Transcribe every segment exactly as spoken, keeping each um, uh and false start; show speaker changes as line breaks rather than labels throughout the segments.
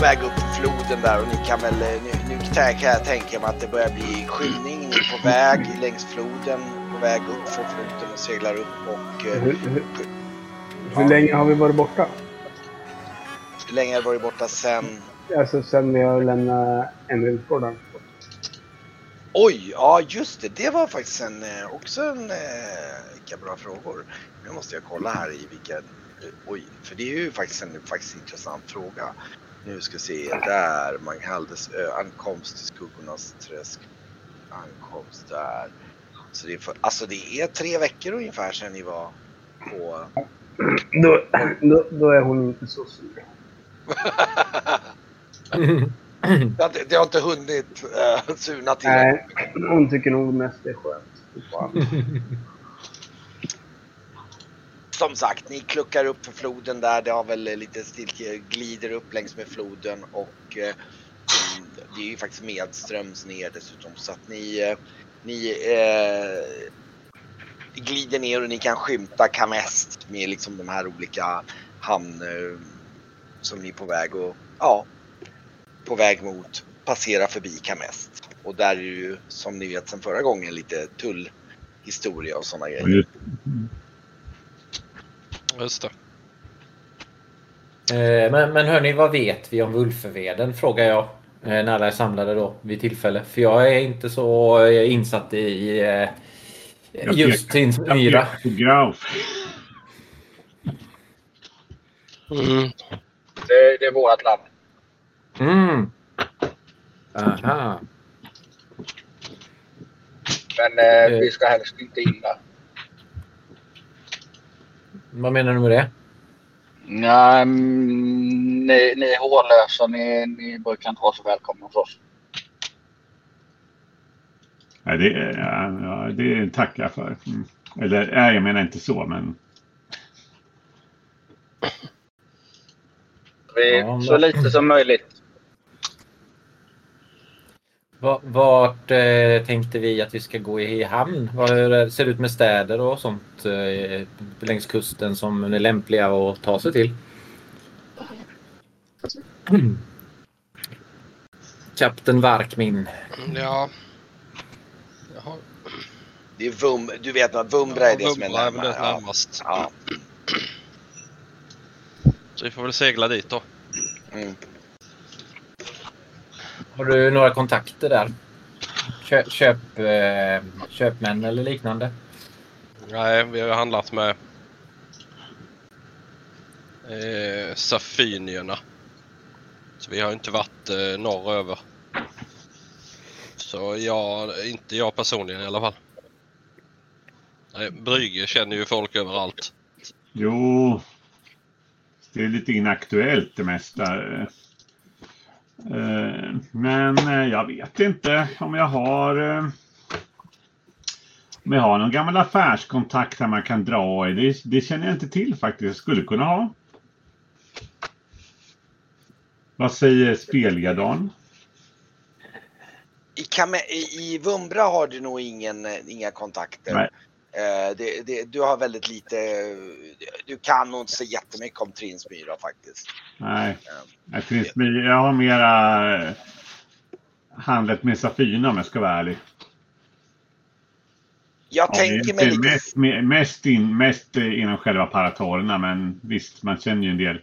väg upp för floden där och ni kan väl, nu, nu kan jag tänka mig att det börjar bli skymning, ni är på väg längs floden, på väg upp för floden och seglar upp och...
Hur, hur,
ja.
hur länge har vi varit borta?
Hur länge har du varit borta sen?
Alltså sen vi har lämnat Emeraldsgården.
Oj, ja just det, det var faktiskt en, också en, vilka bra frågor. Nu måste jag kolla här i vilken, oj, för det är ju faktiskt en faktiskt intressant fråga. Nu ska se, där, Manghaldes ö, ankomst till Skuggornas träsk, ankomst där. Så det är, för, alltså det är tre veckor ungefär sedan ni var på...
Då, då, då är hon inte så sur.
det, det har inte hunnit uh, surna till.
Nej, hon tycker nog mest det är skönt.
Som sagt, ni kluckar upp för floden där. Det har väl lite stiltje, glider upp längs med floden och eh, det är ju faktiskt medströms ner dessutom. Så att ni, ni eh, glider ner och ni kan skymta Kamest med liksom de här olika hamn eh, som ni är på väg och ja, på väg mot, passera förbi Kamest. Och där är ju, som ni vet sedan förra gången, lite tullhistoria och sådana grejer.
Just det.
Eh, men, men hörni, vad vet vi om Vulfeveden? Frågar jag eh, när alla är samlade då vid tillfälle. För jag är inte så eh, insatt i eh, just Trins myra.
Grauf.
Mm.
Det, det är vårat land.
Mm. Aha.
Men eh, vi ska helst inte in där.
Vad menar du med det?
Nej, mm, ni, ni är hårlösa. Ni, ni brukar inte vara så välkomna hos oss.
Ja, det, ja, ja, det tackar jag för. Mm. Eller, nej, jag menar inte så, men...
Vi,
Ja,
så lite som möjligt.
Vart eh, tänkte vi att vi ska gå i hamn? Vad ser det ut med städer och sånt eh, längs kusten som är lämpliga att ta sig till? Mm. Kapten Varkmin.
Ja. Jaha.
Det är Vum, du vet vad Vumbra är det
ja,
som är
Vumbra
närmare.
är
Ja.
närmast.
Ja.
Så vi får väl segla dit då.
Mm.
Har du några kontakter där? Köp, köp, eh, köpmän eller liknande?
Nej, vi har handlat med eh, Safynierna. Så vi har inte varit eh, norröver. Så jag, inte jag personligen i alla fall. Nej, Brygge känner ju folk överallt.
Jo, det är lite inaktuellt det mesta. Men jag vet inte om jag har om jag har någon gammal affärskontakt där man kan dra i. Det, det känner jag inte till faktiskt. Jag skulle kunna ha. Vad säger Spelgadon?
I, Kame, i, I Vumbra har du nog ingen, inga kontakter.
Nej.
Uh, det, det, du har väldigt lite, du kan nog inte så jättemycket om Trinsmyra faktiskt.
Nej, uh, Trinsmyra, jag har mera handlat med Safina om jag ska vara ärlig.
Jag
ja,
tänker mig lite...
Mest, mest, in, mest inom själva paratorerna, men visst, man känner ju en del.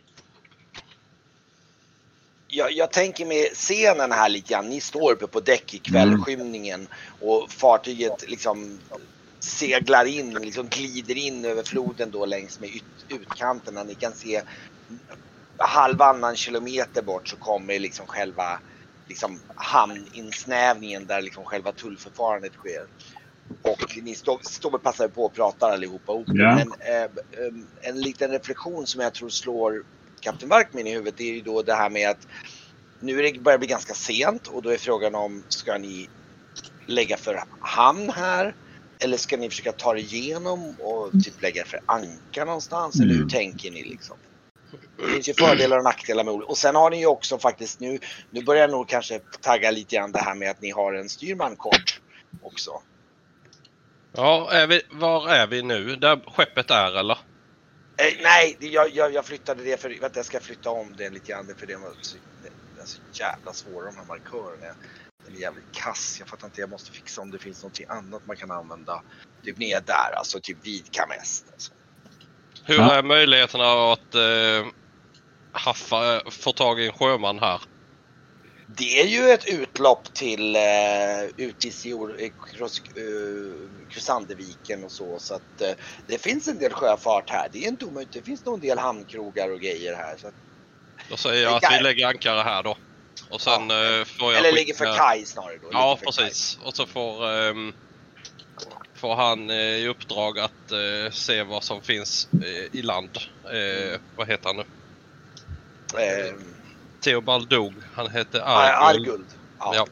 Jag, jag tänker mig scenen här lite grann. Ni står uppe på däck i kvällskymningen mm. och fartyget liksom seglar in, liksom glider in över floden då längs med ut, utkanterna. Ni kan se halvannan kilometer bort så kommer liksom själva liksom hamninsnävningen där liksom själva tullförfarandet sker. Och ni står, står och passar på och pratar allihopa.
Ja.
Men eh, en liten reflektion som jag tror slår Kapten Varkmin i huvudet är ju då det här med att nu är det börjar bli ganska sent och då är frågan om ska ni lägga för hamn här eller ska ni försöka ta er igenom och typ lägga för ankar någonstans mm. eller hur tänker ni liksom? Det finns ju fördelar och nackdelar med olika. Och sen har ni ju också faktiskt nu nu börjar jag nog kanske tagga lite grann det här med att ni har en styrman kort också.
Ja, är vi, var är vi nu? Där skeppet är eller?
Eh, nej, jag, jag, jag flyttade det för att jag ska flytta om det lite grann för det var är så jävla svåra de här markörerna. Den är jävligt kass. Jag fattar inte, jag måste fixa om det finns något annat man kan använda. Typ ner där, alltså typ vid kamest. Alltså.
Hur är möjligheterna att eh, haffa, få tag i en sjöman här?
Det är ju ett utlopp till uh, ut i Krusanderviken och så. Så att uh, det finns en del sjöfart här. Det är inte omöjligt. Det finns nog en del hamnkrogar och grejer här. Så att,
då säger jag att vi lägger ankare här då. Och sen
ja,
uh, får jag
eller
skicka...
ligger för kaj snarare då.
Ja, precis. Kaj. Och så får, um, får han uh, i uppdrag att uh, se vad som finns uh, i land. Uh, vad heter han nu?
Uh,
Theobald dog. Han hette
Arguld. Arguld. Ja.
Ja.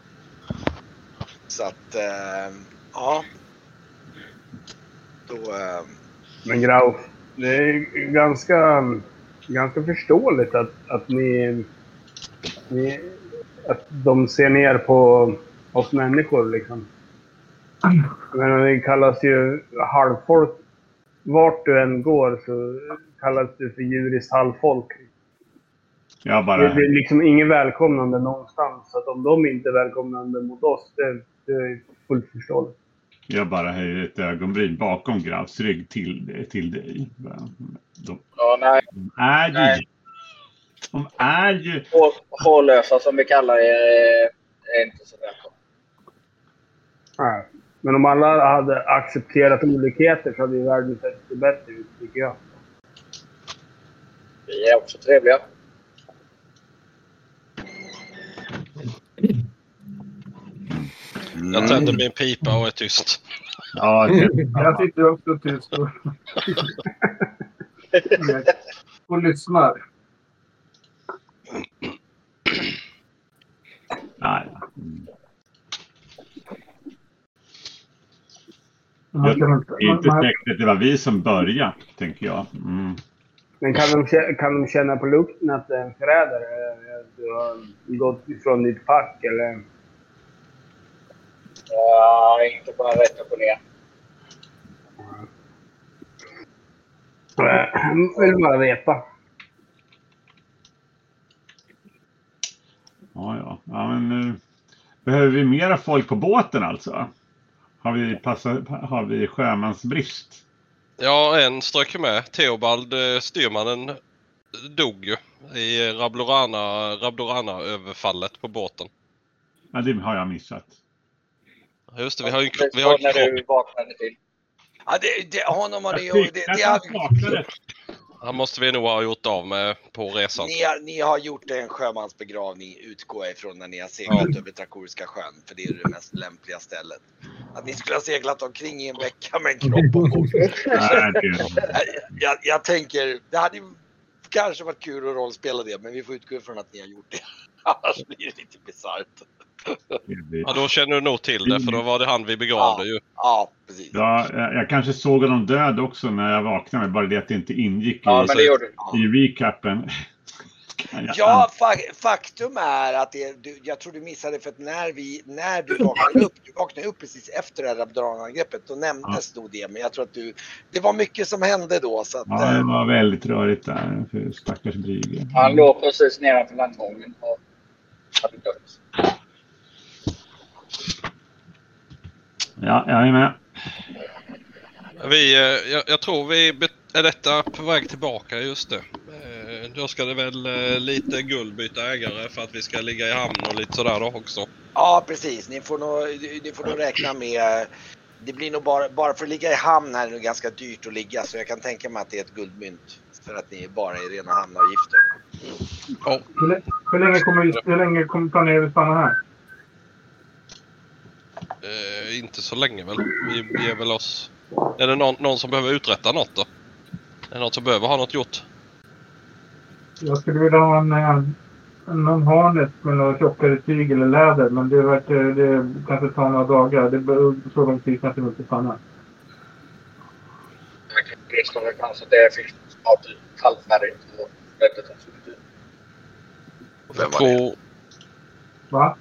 Så att, uh, ja. Då... Uh...
Men Grau, det är ganska, ganska förståeligt att, att ni, ni... att de ser ner på oss människor liksom. Men det kallas ju halvfolk. Vart du än går så kallas du för djuriskt halvfolk.
Jag bara...
Det, det är liksom ingen välkomnande någonstans. Så att om de inte är välkomnande mot oss, det, det är fullt förståeligt.
Jag bara höjer ett ögonbryn bakom Graus rygg till, till dig. De,
ja, nej.
de är ju...
Nej.
De är ju...
Hårlösa som vi kallar det är inte så välkomna.
Nej. Men om alla hade accepterat olikheter så hade ju världen sett det bättre ut, tycker jag.
Vi är också trevliga.
Mm. Jag tänder min pipa och är tyst.
Ja, det...
Jag sitter också tyst och, och lyssnar.
Nej. Mm.
Man kan inte,
det är inte
man,
säkert att det var vi som började, tänker jag. Mm.
Men kan de, kan de känna på lukten att det är en förrädare? Du har gått ifrån ditt pack, eller?
Ja, inte bara rätt upp och ner.
Jag vill bara veta.
Ja, ja. Ja, men nu behöver vi mera folk på båten alltså? Har vi, passat, har vi sjömansbrist?
Ja, en strök med. Theobald, styrmannen, dog ju i Rabdorana, Rabdorana-överfallet på båten.
Ja, det har jag missat.
Just det, vi har ju
det
vi har
när du vaknade till.
Ja, det, det, honom har ni ju...
Det,
Det,
det,
det,
det,
han måste vi nog ha gjort av med på resan.
Ni har, ni har gjort en sjömansbegravning, utgår ifrån när ni har seglat
Ja.
över Trakoriska sjön. För det är det mest lämpliga stället. Att ni skulle ha seglat omkring i en vecka med en kropp ombord.
Nej, det,
jag, jag tänker, det hade ju kanske varit kul att rollspela det. Men vi får utgå ifrån att ni har gjort det. Annars blir det lite bisarrt.
Ja, då känner du nog till det, för då var det han vi begravde
ja,
ju.
Ja, precis.
ja, jag kanske såg honom död också när jag vaknade, bara det att det inte ingick
Ja,
i,
men det gjorde du.
i recapen.
Ja, fa- faktum är att det, du, jag tror du missade, för att när, vi, när du vaknade upp, du vaknade upp precis efter det här Rabdorana-angreppet, då nämndes ja. då det, men jag tror att du, det var mycket som hände då. Så att,
ja, det var väldigt rörigt där för stackars Brygge.
Han låg precis nedanför landgången och hade dött.
Ja, jag är med.
Vi, eh, jag, jag tror vi är detta på väg tillbaka, just det. Eh, då ska det väl eh, lite guld byta ägare för att vi ska ligga i hamn och lite sådär då också.
Ja, precis. Ni får nog, ni får nog räkna med, det blir nog bara, bara för att ligga i hamn här är det nog ganska dyrt att ligga, så jag kan tänka mig att det är ett guldmynt för att ni bara är rena hamnavgifter.
Ja.
Hur, hur länge kommer vi, hur länge kommer planerar vi stanna här?
Eh, inte så länge väl. Vi ger väl oss. Är det någon, någon som behöver uträtta något då? Är det någon som behöver ha något gjort?
Jag skulle vilja ha en, en, en harnet med några tjockare tyg eller läder, men det, vart, det kanske tar några dagar. Det är så lång tid kanske vi inte stannar.
Jag kan gissa kanske det finns snart halvfärdigt och bättre som skulle ut.
Vem var det?
Va?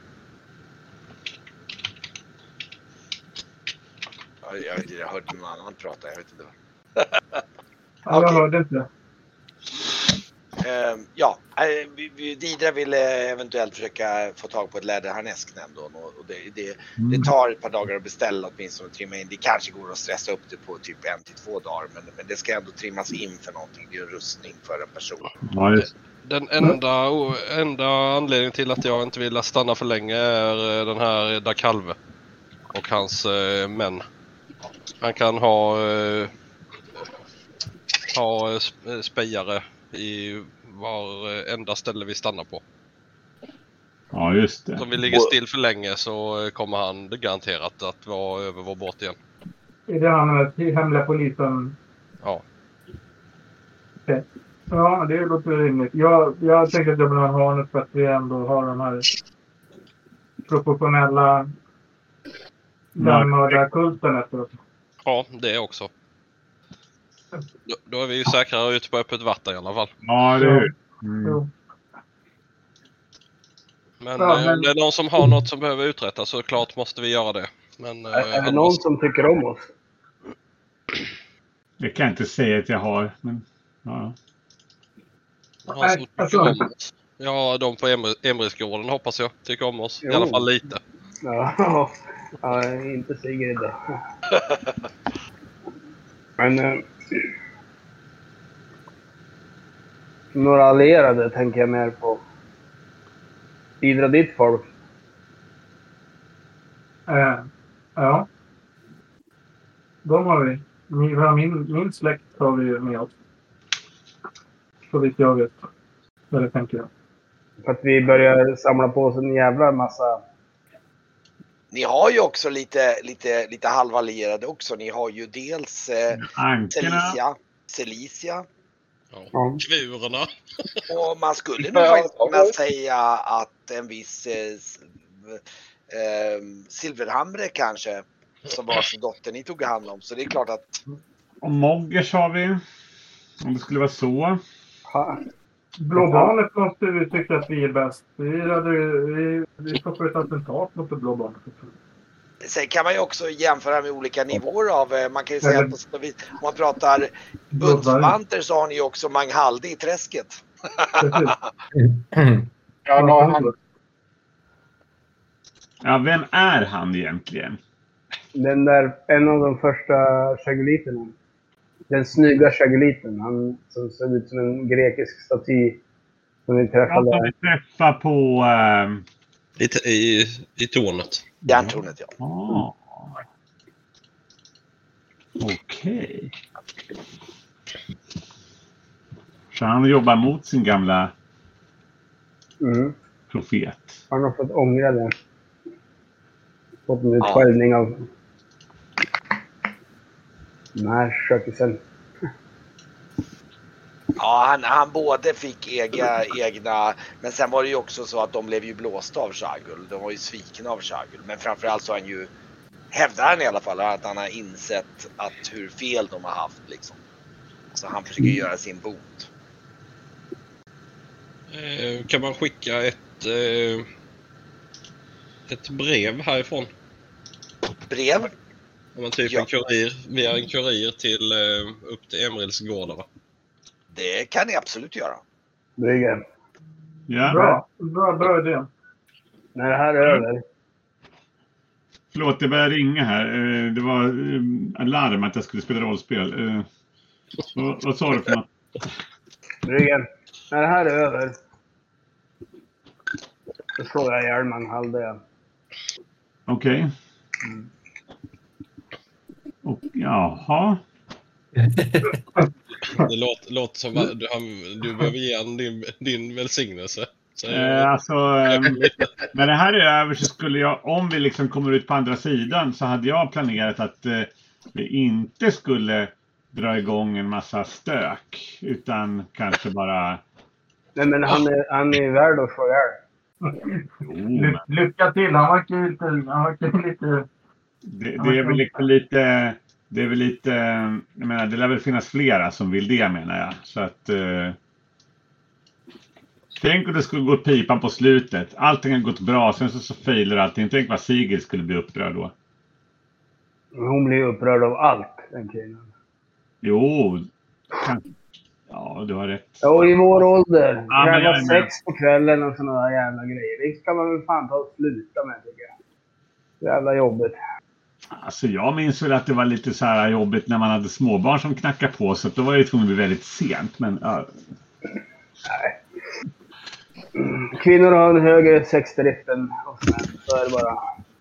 Jag, jag hörde någon annan prata, jag vet inte.
Ja, jag
Okej.
hörde inte.
Uh, ja, uh, vi, vi, Didra ville eventuellt försöka få tag på ett läderharnesk ändå. Och det, det,
Mm.
det tar ett par dagar att beställa åtminstone och trimma in. Det kanske går att stressa upp det på typ en till två dagar. Men, men det ska ändå trimmas in för någonting. Det är en rustning för en person.
Ja, just.
Den enda, enda anledningen till att jag inte vill stanna för länge är den här Dakalve och hans äh, män. Han kan ha, äh, ha spejare i varenda ställe vi stannar på.
Ja, just det.
Så om vi ligger still för länge så kommer han garanterat att vara över vår båt igen.
Är det han till hemliga polisen?
Ja.
Okay. Ja, det låter rimligt. Jag, jag tänkte att jag vill ha en harnet för att vi ändå har de här professionella dammördarkulten efteråt.
Ja, det också. Då, då är vi ju säkrare ute på öppet vatten i alla fall.
Ja, det är mm.
Jo.
Men,
Ja,
eh,
men-
om det är någon som har något som behöver uträttas så klart måste vi göra det. Men, eh,
Är, är det
annars-
någon som tycker om oss?
Det kan jag inte säga att jag har. Men, ja.
Ja, så
Nej,
tycker
alltså-
om oss. Ja, de på Emry- Emrysgården hoppas jag tycker om oss. I
Jo.
alla fall lite.
Ja, ja inte Sigrid då. Men... Eh, några allierade tänker jag mer på. Bidra ditt folk.
Eh, ja. De har vi. Min, vi har min, min släkt har vi ju med oss. Så vitt jag vet. Eller tänker jag.
För att vi börjar samla på oss en jävla massa...
Ni har ju också lite, lite, lite halvallierade också. Ni har ju dels eh,
Ankarna.
Celicia, Celicia.
Ja.
Ja.
Kvurorna.
Och man skulle nog
Ja,
faktiskt
ja.
kunna säga att en viss eh, s- eh, Silverhamre kanske, som var sin dotter ni tog hand om. Så det är klart att
Och Moggers har vi. Om det skulle vara så.
Ha.
Blåbarnet måste vi tycka att vi är bäst. Vi hade vi, vi stoppade ett attentat mot det blåbarnet.
sen kan man ju också jämföra med olika nivåer av, eh, man kan ju säga att på sätt och vis, om man pratar bundsvanter så har ni ju också Manghalde i träsket.
Precis.
Ja, då, han,
Ja, vem är han egentligen?
Den där, en av de första chagoliterna. Den snygga chagoliten. Han som såg ut som en grekisk staty. Som vi
Han
träffade.
som vi träffar på... ehm,
I, t- i, i tornet.
Järntornet, ja.
Ah. Okej. Så han jobbar mot sin gamla
Mm.
profet.
Han har fått ångra det. Fått en
Ja.
utskällning av... Den här kökisen.
Ja, han, han både fick ega, egna, men sen var det ju också så att de blev ju blåsta av Shagul. De var ju svikna av Shagul. Men framförallt så har han ju, hävdar han i alla fall, att han har insett att hur fel de har haft liksom. Så han försöker göra sin bot.
Eh, kan man skicka ett, eh, ett brev härifrån?
Brev?
Om man typ
Ja.
en kurir, via en kurir till eh, upp till Emrils gårdar.
Det kan ni absolut göra.
Brygge.
Ja.
Bra, bra, bra idé.
När det här är över.
Förlåt, det började ringa här. Eh, Det var eh, larm att jag skulle spela rollspel. Eh, Vad, vad sa du för något?
Brygge. När det här är över. Så slår jag ihjäl Manghalde.
Okej. Och jaha.
Det låter, låter som att du, han, du behöver ge han din, din välsignelse. Så,
Eh, alltså, eh, när det här är över så skulle jag, om vi liksom kommer ut på andra sidan, så hade jag planerat att eh, vi inte skulle dra igång en massa stök, utan kanske bara...
Nej men han är, han är värd att slå ihjäl.
Jo,
Ly,
men
lycka till. Han verkar lite... Han verkar lite...
det, det är väl liksom lite... Det är väl lite... Jag menar, det lär väl finnas flera som vill det, menar jag. Så att... Eh, tänk om det skulle gå pipan på slutet. Allting har gått bra, sen så, så failar allting. Tänk vad Sigrid skulle bli upprörd då.
Hon blir upprörd av allt, den kvinnan.
Jo, kan, Ja, du har rätt.
Och i vår ålder.
Ja, men jag är
Träna
med.
sex på kvällen och sådana där jävla grejer. Det kan man väl fan ta och sluta med, tycker jag. Jävla jobbigt.
Alltså jag minns väl att det var lite så här jobbigt när man hade småbarn som knackade på. Så då var det tvungen att bli väldigt sent. Men, ja.
Nej. Kvinnor har en högre sexdrift än oss män. Så är det bara.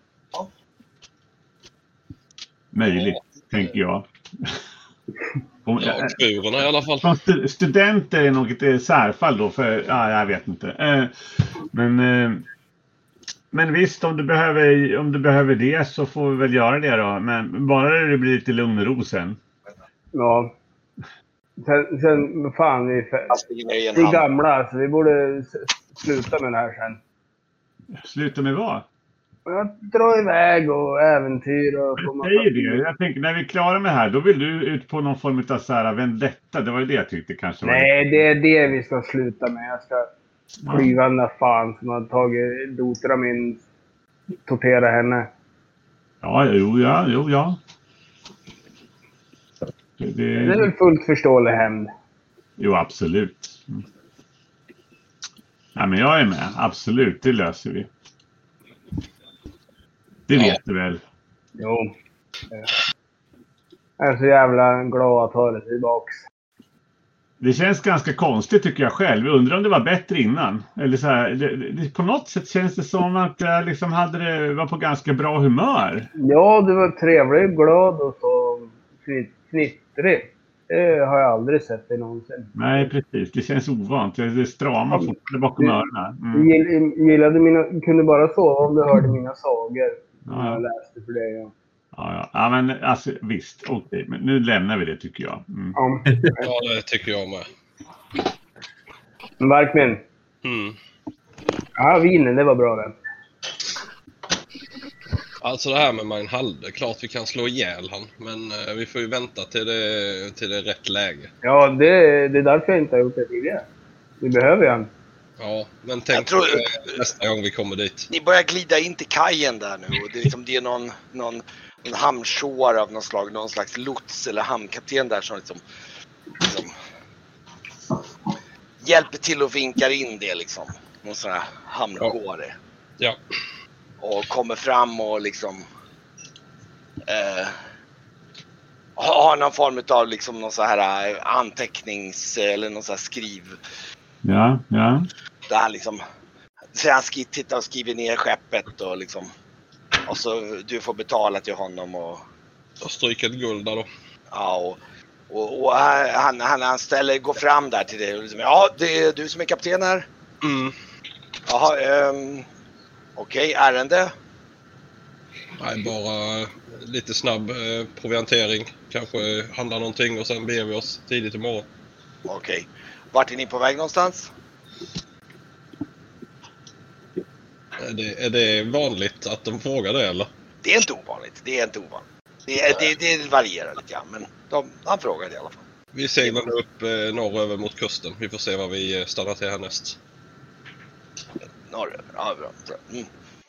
Möjligt, tänker jag. Om,
Ja, kurvorna i alla fall.
Som stu- studenter är nog ett särfall då. För, ja, jag vet inte. Eh, men... Eh, Men visst, om du, behöver, om du behöver det så får vi väl göra det då. Men bara det blir lite lugn och ro sen.
Ja. Sen, sen fan, vi, vi är
Vi
gamla så vi borde s- sluta med det här sen.
Sluta med vad?
Jag drar iväg och äventyr och...
Jag säger det. Jag tänker, när vi är klara med det här, då vill du ut på någon form av så här vendetta. Det var ju det jag tyckte kanske var.
Nej, det är det vi ska sluta med. Jag ska klyva den där fan som har tagit Dotra min, tortera henne.
Ja, jo, ja, jo, ja. Det, det...
Det är väl fullt förståelig hämnd.
Jo, absolut. Mm. Ja, men jag är med. Absolut, det löser vi. Det
Ja.
vet du väl.
Jo. Jag är så jävla glad att ha det tillbaks.
Det känns ganska konstigt tycker jag själv. Jag undrar om det var bättre innan. Eller så här, det, det, på något sätt känns det som att jag liksom hade det, var på ganska bra humör.
Ja, du var trevlig, glad och så knitt, knittrig. Det har jag aldrig sett dig någonsin.
Nej, precis. Det känns ovant. Det är strama
Ja,
fortfarande bakom
du-
öronen.
Du
Mm.
gill- gillade mina, kunde bara sova om du hörde mina sagor.
Ja, ja.
Jag läste för dig. Ja.
Ja, ja. Ja, men alltså visst. Okej, men nu lämnar vi det tycker jag. Mm.
Ja.
Ja, det tycker jag med.
Markmin.
Mm.
Ja, vinen, det var bra det.
Alltså det här med Main Halde, klart vi kan slå ihjäl han. Men eh, vi får ju vänta till det, till det är rätt läge.
Ja, det, det är därför jag inte har gjort det tidigare. Vi behöver ju han.
Ja, men tänk
Jag tror-
eh, nästa gång vi kommer dit.
Ni börjar glida in till kajen där nu och det är, liksom, det är någon, någon, någon hamnshoar av någon slag, någon slags lots eller hamnkapten där som liksom, liksom hjälper till och vinkar in det liksom. Någon sån här hamnkåre.
Ja.
Och kommer fram och liksom eh, har någon form av liksom någon så här antecknings eller någon så här skriv.
Ja, ja.
Där han liksom, så han skri- tittar och skriver ner skeppet och liksom, och så du får betala till honom och
Och stryka ett guld där då.
ja och, och, och han, han, han ställer, går fram där till dig och liksom, ja det är du som är kapten här.
Mm.
Jaha, um, okej, ärende.
Nej, bara lite snabb eh, proviantering. Kanske handla någonting och sen ber vi oss tidigt imorgon.
Okej, vart är ni på väg någonstans?
Är det, är det vanligt att de frågar det eller?
Det är inte ovanligt, det är inte ovanligt. Det, är, det, det varierar lite grann, men de, han frågade i alla fall.
Vi seglar nu upp eh, norröver mot kusten. Vi får se vad vi eh, stannar till härnäst.
Norröver, ja bra. bra. Mm.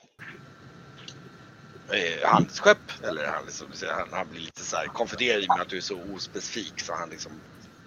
Eh, handelsskepp, eller han, liksom, han, han blir lite så här konfunderad i och med att du är så ospecifik så han liksom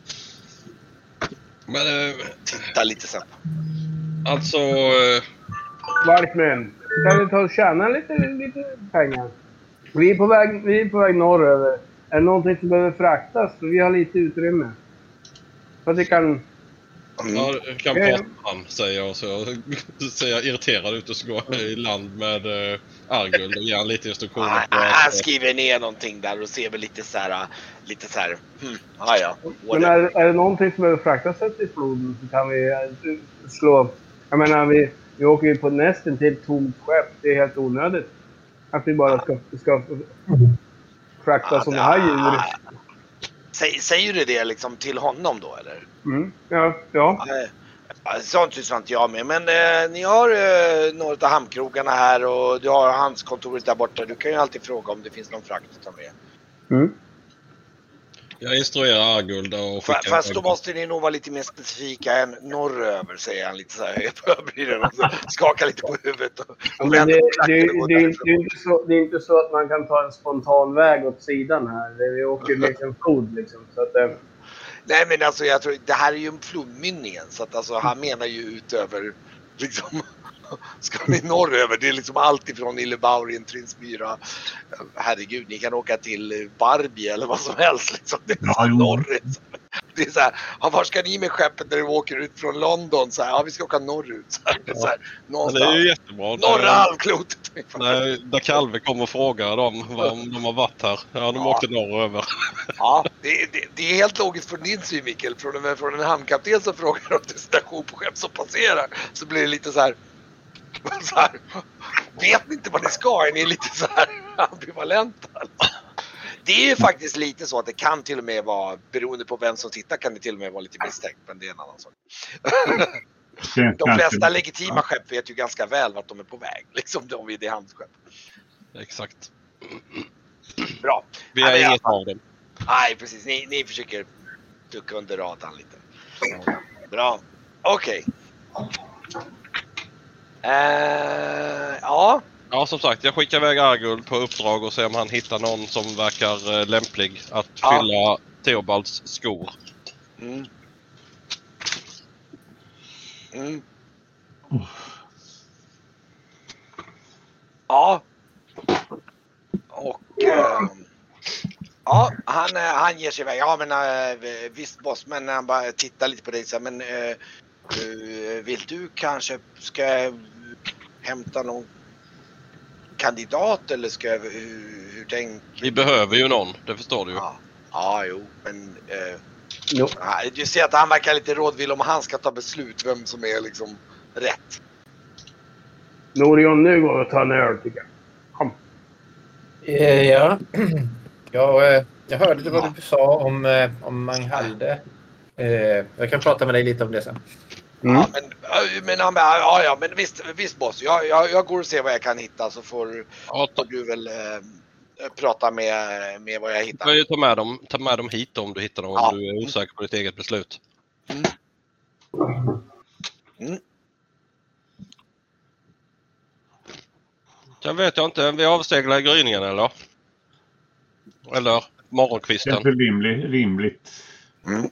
Men eh,
tittar lite sen.
alltså... Eh,
Markmin, kan vi ta och tjäna lite, lite pengar? Vi är, på väg, vi är på väg norröver. Är det någonting som behöver fraktas? För vi har lite utrymme. Så att vi kan...
ja, jag kan
Ja, ja.
prata med han, säger jag. Så jag ser jag irriterad ut och så går jag i land med eh, Arguld och ger han lite instruktioner.
Han,
på
han
att,
skriver ner någonting där och ser väl lite så här, lite så här, hmm, ah, ja,
Men
whatever.
är, är det någonting som behöver fraktas ut i floden så kan vi eh, slå... Jag menar, vi, vi åker ju på nästan till ett tomt skepp. Det är helt onödigt. Att vi bara ska, ska frakta
Ja,
sådana här
det-
djur.
Säg, säger du det liksom till honom då eller?
Mm. Ja, ja.
Nej, sånt sysslar inte jag med. Men eh, ni har eh, några av hamnkrogarna här och du har hans kontoret där borta. Du kan ju alltid fråga om det finns någon frakt att ta med.
Mm.
jag instruerar Arguld och
Fa-
skickar...
Fast då måste ni nog vara lite mer specifika än norröver, säger han lite så här högt på ögonbrynen och så skakar lite på huvudet. Och,
Ja,
och
men det,
vänder på
det,
klacken och går
det, det,
därifrån.
det, är inte så, det är inte så att man kan ta en spontan väg åt sidan här. Det- Vi åker liksom flod liksom. Så att, eh,
Nej men alltså jag tror, det här är ju en flodmynningen så att alltså han menar ju utöver liksom, ska ni norröver, det är liksom allt ifrån Illebaurien, Trinsmyra, herregud ni kan åka till Barbie eller vad som helst liksom, det är
Ja,
så
jo.
norrut. Det är så här, ja, var ska ni med skeppet när du åker ut från London? Så här, ja vi ska åka norrut. Så här,
Ja.
så här,
Men det är ju jättebra.
norra
Där,
halvklotet.
när, när Kalve kommer och frågar dem vad- om de har varit här. Ja, de
Ja.
åkte norröver.
Ja, det, det, det är helt logiskt från din synvinkel. Från, en- från en hamnkapten som frågar om destination på skepp som passerar. Så blir det lite så här, så här. Vet ni inte vad ni ska? Är ni lite så här ambivalenta? Det är ju faktiskt lite så att det kan till och med vara, beroende på vem som tittar kan det till och med vara lite misstänkt. Men det är en annan sak. De flesta legitima skepp vet ju ganska väl vart de är på väg. Liksom de vid det handelsskepp.
Exakt.
Bra.
Vi
Ja,
är
men jag-
inget av dem.
Nej, precis. Ni, ni försöker ducka under radarn lite. Bra. Okej. Eh, ja.
Ja, som sagt, jag skickar iväg Argul på uppdrag och ser om han hittar någon som verkar eh, lämplig att
Ja.
fylla Theobalds skor.
Mm. Mm. Ja. Och... ehm, ja, han, eh, han ger sig iväg. Ja, men eh, visst boss, men han bara tittar lite på dig så här, men eh, eh, vill du kanske ska hämta någon kandidat eller ska jag, hur, hur tänker
Vi behöver ju någon, det förstår du ju.
Ja, ja jo, men eh,
Jo.
ja, du ser att han verkar lite rådvill om han ska ta beslut vem som är liksom rätt.
Norion, nu går vi och tar en öl tycker jag. Kom.
Eh, ja. ja eh, jag hörde vad du sa om, eh, om Manghalde. Eh, jag kan prata med dig lite om det sen.
Mm.
Ja, men, men, han bara, ja, ja, men visst, visst boss, jag, jag, jag går och ser vad jag kan hitta så får,
Ja, ta,
får du väl eh, prata med, med vad jag
du
hittar.
kan ju ta med dem, ta med dem hit om du hittar dem,
Ja.
om du är osäker på ditt eget beslut.
Mm.
Sen vet jag inte, vi avseglar i gryningen eller? Eller
Det
morgonkvisten.
är rimligt. rimligt.
Mm.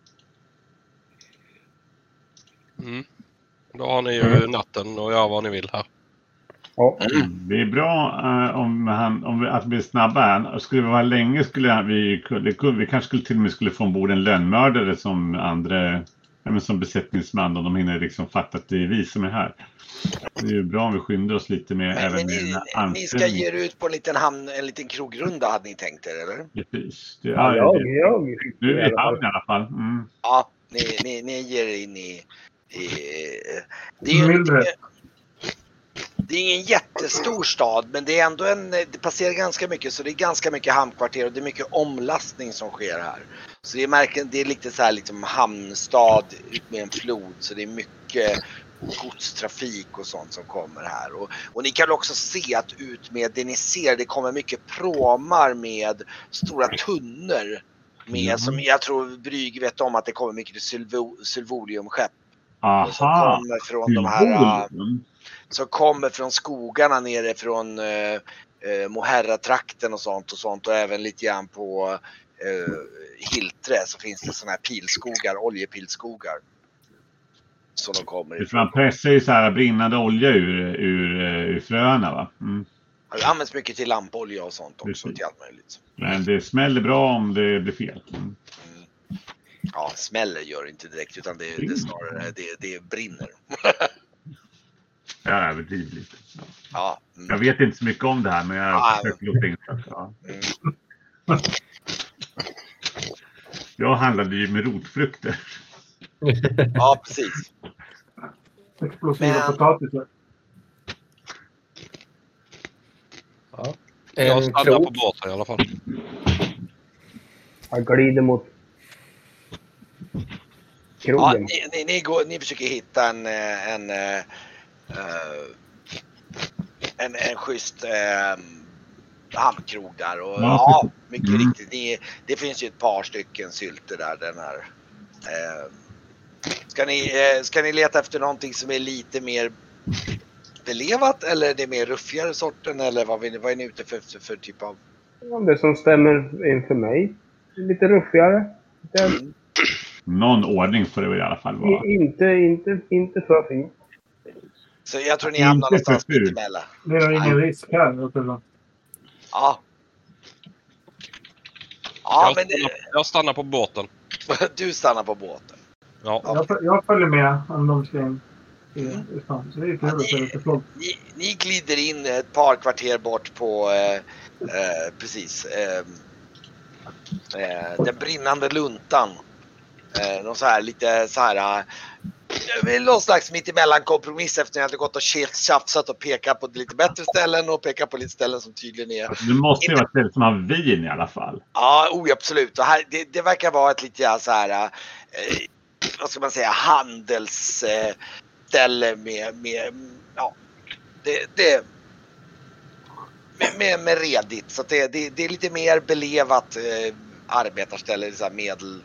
Mm. Då har ni ju natten och gör vad ni vill här.
Ja.
Det är bra eh, om, han, om vi, att vi är snabba här. Skulle vi vara länge skulle han- vi, kunde- vi kanske skulle till och med skulle få ombord en lönnmördare som andra, ja, men som besättningsman och de hinner liksom fatta att det är vi som är här. Det är ju bra om vi skyndar oss lite med
Men,
även
men
med den
ni,
här
ni ska
anställningen.
ge er ut på en liten hamn, en liten krogrunda hade ni tänkt er, eller?
Precis. Det,
Ja,
ja,
jag, jag,
nu är vi
i
i
alla fall.
hamn i alla fall. Mm.
Ja, ni, ni, ni ger er in i... i det, är ju
Mindre.
en, det är ingen jättestor stad, men det är ändå en... Det passerar ganska mycket, så det är ganska mycket hamnkvarter och det är mycket omlastning som sker här. Så det är, märken, det är lite så här liksom hamnstad ut med en flod, så det är mycket godstrafik och sånt som kommer här. Och, och ni kan också se att ut med det ni ser, det kommer mycket pråmar med stora tunnor. Med,
Mm.
som jag tror Bryg vet om att det kommer mycket Sylvo, Sylvoliumskepp. Som
Aha.
kommer från de här, äh,
Sylvolium.
som kommer från skogarna nere från äh, äh, Moherra-trakten och sånt och sånt. Och även lite grann på äh, Hiltre så finns det såna här pilskogar, oljepilskogar. Som de kommer
För
ifrån.
man pressar ju så här brinnande olja ur, ur, ur fröna va? Mm.
Det används mycket till lampolja och sånt också.
Precis.
Till allt möjligt.
Men det smäller bra om det blir fel. Mm.
Ja, smäller gör det inte direkt utan det, det snarare det, det brinner.
Jag överdriver lite. Ja.
Ja, mm.
Jag vet inte så mycket om det här men jag
Ja,
försöker låta insatt. Ja.
Mm.
Jag handlade ju med rotfrukter.
Ja, precis.
Explosiva
Men-
potatisar.
Ja.
Jag
En
stannar på
krok.
båten i alla fall.
Jag glider mot
Ja,
krogen.
ni, ni, ni, går, ni försöker hitta en, eh, en, eh, eh, en, en schysst eh, hamnkrog där. Och,
Ja.
ja, mycket
Mm.
riktigt. Ni, det finns ju ett par stycken sylter där. Den här, eh, ska, ni, eh, ska ni leta efter någonting som är lite mer belevat eller är det mer ruffigare sorten eller vad, vill, vad är ni ute för, för, för typ av...
Ja, det som stämmer inför mig. Lite ruffigare. Lite
någon ordning får det väl i alla fall vara.
I, inte, inte, inte för fint.
Så jag tror ni hamnar
Inte för
någonstans
fult.
mitt emellan.
Det är ingen risk här. Utan...
Ja. Ja,
jag,
men
stannar,
det,
jag stannar på båten.
du stannar på båten.
Ja.
Jag, jag följer med om de ska in i, i stan. Så det är kul
Ja,
att se lite flott.
Ni, ni glider in ett par kvarter bort på eh, eh, precis eh, eh, den brinnande luntan. Eh, någon så här lite så här eh, någon slags mittemellan kompromiss efter att jag hade gått och tjafsat och pekat på lite bättre ställen och pekat på lite ställen som tydligen är...
Det måste ju vara ett ställe som har vin i alla fall.
Ja, oh, absolut. Och här, det, det verkar vara ett lite så här, eh, vad ska man säga, handelsställe eh, med, med, ja, det, det med, med, med redigt. Så att det, det, det är lite mer belevat eh, arbetarställe, så här medel,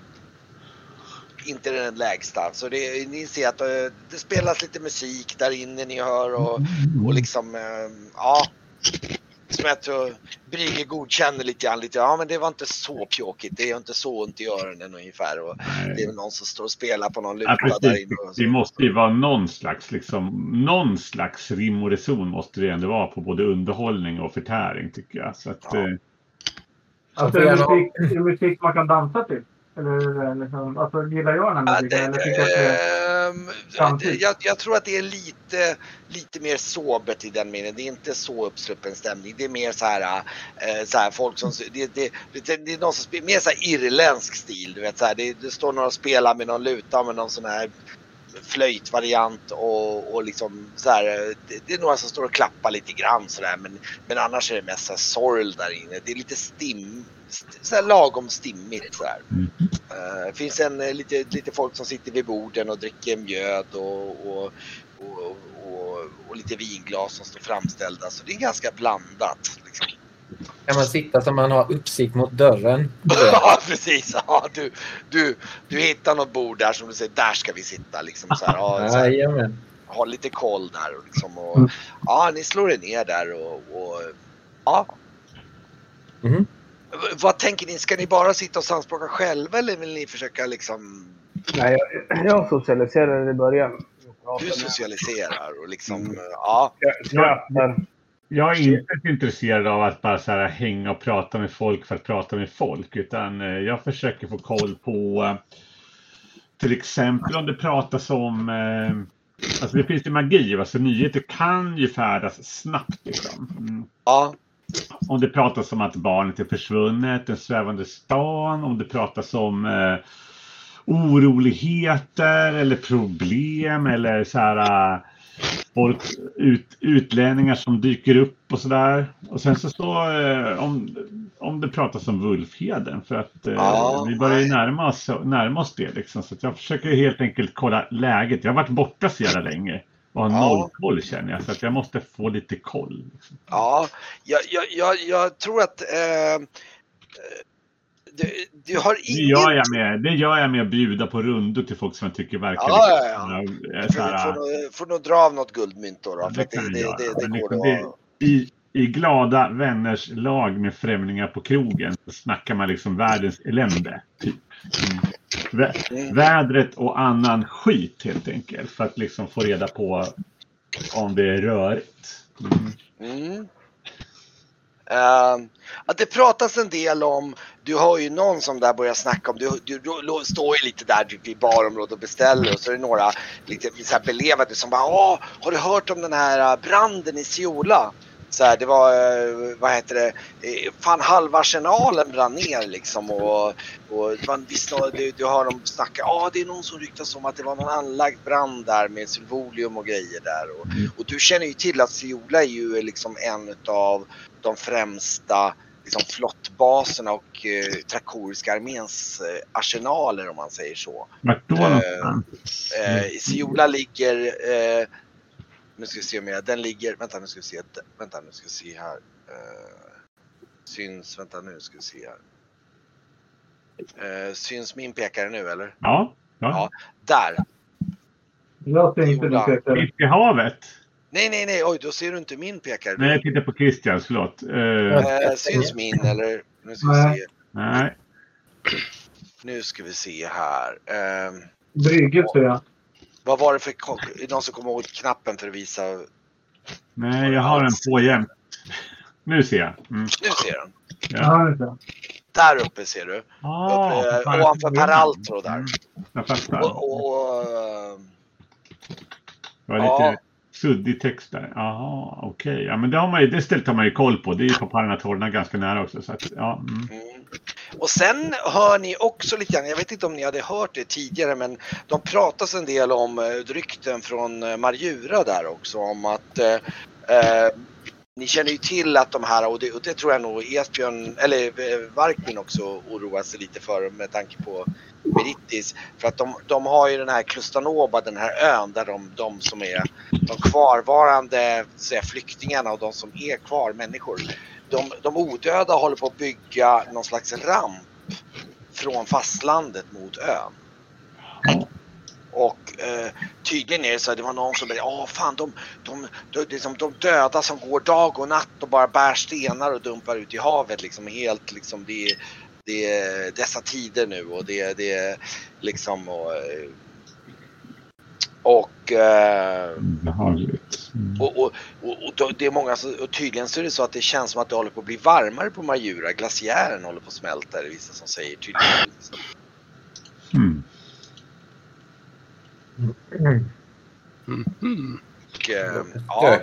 inte den lägsta. Så det, ni ser att det, det spelas lite musik där inne, ni hör och, och liksom, eh, ja. Som jag tror Brygge godkänner lite grann. Lite, ja, men det var inte så pjåkigt. Det är inte så ont i öronen ungefär. Och det är någon som står och spelar på någon luta
ja,
där inne.
Det måste ju vara någon slags, liksom, någon slags rim och reson måste det ändå vara på både underhållning och förtäring, tycker jag. Så att,
Ja.
eh,
Alltså är det musik, är det musik man kan dansa till? Eller liksom, alltså gillar jag den här
Ja,
musiken?
det,
Eller tycker jag att det är...
ehm,
samtidigt?
jag, jag tror att det är lite, lite mer sobert i den meningen. Det är inte så uppsluppen stämning. Det är mer så här, eh, så här folk som... Det, det, det, det är någon som spelar, mer så här irländsk stil. Du vet, så här, det, det står några och spelar med någon luta med någon sån här flöjtvariant och, och liksom så här, det, det är några som står och klappar lite grann så där, men, men annars är det mest så här sorl där inne. Det är lite stim, så här lagom stimmigt så här.
Mm.
Uh, det finns en uh, lite, lite folk som sitter vid borden och dricker mjöd och, och, och, och, och lite vinglas som står framställda, så det är ganska blandat liksom.
Kan man sitta som man har uppsikt mot dörren?
Ja, precis. Ja, du, du, du hittar något bord där som du säger, där ska vi sitta liksom så här, ja, så här.
Jajamän.
Ha lite koll där och liksom och, ja, ni slår er ner där och, och ja.
Mm.
V- vad tänker ni? Ska ni bara sitta och samspråka själva eller vill ni försöka liksom...
Nej, jag, jag socialiserade i början.
Du socialiserar och liksom, ja.
Jag skrattar.
Jag är inte intresserad av att bara så här hänga och prata med folk för att prata med folk, utan eh, jag försöker få koll på eh, till exempel om det pratas om eh, alltså det finns ju magi, alltså nyheter kan ju färdas snabbt liksom. Mm.
Ja.
Om det pratas om att barnet är försvunnet, den svävande stan, om det pratas om eh, oroligheter eller problem eller så här äh, folk, ut, utlänningar som dyker upp och sådär. Och sen så står eh, om, om det pratas om Wulfheden, för att eh,
Ja,
vi börjar ju
nej.
närma oss, närma oss det liksom. Så att jag försöker helt enkelt kolla läget. Jag har varit borta så jävla länge och har
Ja.
noll koll, känner jag, så att jag måste få lite koll liksom.
Ja, jag, jag, jag, jag tror att eh, du, du har
Det
ingen...
gör jag med, det gör jag med att bjuda på rundor till folk som jag tycker verkar
Ja,
lite,
ja,
ja,
Du
så
får,
här,
får, nog- får nog dra av något guldmynt då, då
ja,
för att det,
kan
det,
jag
det,
göra.
det,
Men
går
liksom
att...
det- i, I glada vänners lag med främlingar på krogen så snackar man liksom världens elände typ. Mm. Vä-
Mm.
Vädret och annan skit helt enkelt, för att liksom få reda på om det är rörigt. Mm.
Mm. Uh, att det pratas en del om, du har ju någon som där börjar snacka om, du, du, du, du står ju lite där vid barområdet och beställer, och så är det några lite så här belevade som bara, åh, har du hört om den här branden i Siola? Så här, det var, eh, vad heter det, eh, fan halva arsenalen brann ner liksom, och, och det var en viss, du, du hör dem snacka, ja ah, det är någon som ryktas om att det var någon anlagd brand där med sulfolium och grejer där, och, och du känner ju till att Siola är ju liksom en av de främsta liksom flottbaserna och eh, trakoriska arméns eh, arsenaler, om man säger så.
Vart då
Eh,
någonstans?
Eh, Siola ligger, eh, nu ska vi se om jag, den ligger, vänta nu ska vi se, vänta nu ska vi se här, eh, syns, vänta nu ska vi se här, eh, syns min pekare nu eller?
Ja, ja.
Ja, där.
Jag ser inte
Joda.
det pekar.
Mitt i havet.
Nej, nej, nej, oj, då ser du inte min pekare.
Nej, jag tittar på Christian, förlåt. Uh,
Eh, syns min eller? Nu ska vi
Nej.
se.
nej.
Nu ska vi se här. Um,
Brygget ser jag.
Vad var det för... Är det någon som kommer ihåg knappen för att visa?
Nej, jag har en på jämt. Nu ser jag. Mm.
Nu ser den.
Ja.
Ja,
där uppe ser du.
Ah,
uppe, ovanför Peraltro där.
Mm. Jag fattar.
Och, och, och,
det var lite ja. suddig text där. Jaha, okej. Okay. Ja, men det, har man ju, det stället har man ju koll på. Det är ju på Paranatorna ganska nära också. Så att, ja. Mm.
Mm. Och sen hör ni också lite grann, jag vet inte om ni hade hört det tidigare, men de pratas en del om eh, rykten från Marjura där också. Om att eh, eh, ni känner ju till att de här, och det, och det tror jag nog Esbjörn, eller eh, Varkmin också oroar sig lite för med tanke på Meritis. För att de, de har ju den här Klustanoba, den här ön där de, de som är de kvarvarande säga, flyktingarna och de som är kvar människor. De, de odöda håller på att bygga någon slags ramp från fastlandet mot ön. Och eh, tydligen är det så att det var någon som bara, ja fan de, de, de, de, de döda som går dag och natt och bara bär stenar och dumpar ut i havet liksom helt liksom det, det är dessa tider nu och det, det är liksom och, och eh,
mm.
Och, och, och, och det är många som, och tydligen så är det så att det känns som att det håller på att bli varmare på Marjura. Glaciären håller på att smälta, det är vissa som säger tydligen.
Mm.
Mm. Mm. Och, äh, ja.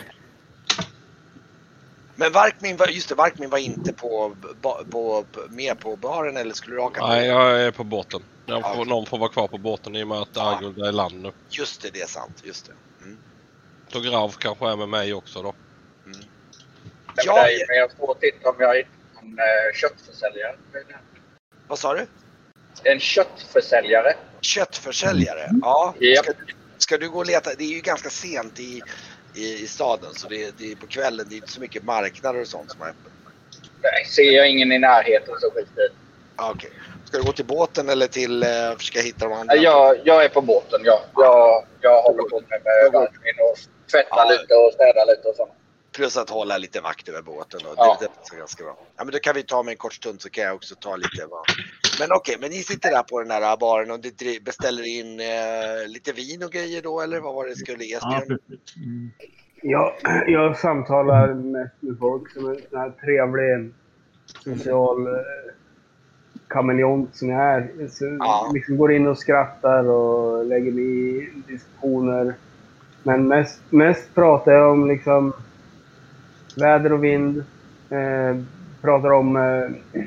Men Varkmin var, just det, Varkmin var inte på, på, på, med på baren eller skulle du raka?
Nej, jag är på båten. Jag får,
ja.
Någon får vara kvar på båten i och med att Arguld ja. är i land nu.
Just det, det är sant, just det. Mm.
Så Grav kanske är med mig också då.
Mm.
Ja, dig, men jag får titta om jag är en uh, köttförsäljare.
Vad sa du?
En köttförsäljare.
Köttförsäljare? Mm. Ja.
Yep.
Ska, ska du gå och leta? Det är ju ganska sent i, i, i staden så det, det är på kvällen. Det är inte så mycket marknader och sånt som är öppet.
Nej, ser jag ingen i närheten så skit i.
Okej. Okay. Ska du gå till båten eller till uh, försöka hitta de andra?
Jag, jag är på båten, ja. Jag, jag håller på med, med Varkmin och tvättar ja. lite och städar lite och sånt.
Plus att hålla lite vakt över båten. Och
ja.
det, det är ganska bra. Ja, men då kan vi ta med en kort stund så kan jag också ta lite. Va? Men okej, okay, men ni sitter där på den här baren och beställer in eh, lite vin och grejer då, eller vad var det skulle Esbjörn?
Ja, mm.
jag, jag samtalar mest med folk som är sån här trevlig social eh, kameleont som jag är. Så
ja.
liksom går in och skrattar och lägger mig i diskussioner. Men mest, mest pratar jag om liksom väder och vind. Eh, pratar om eh,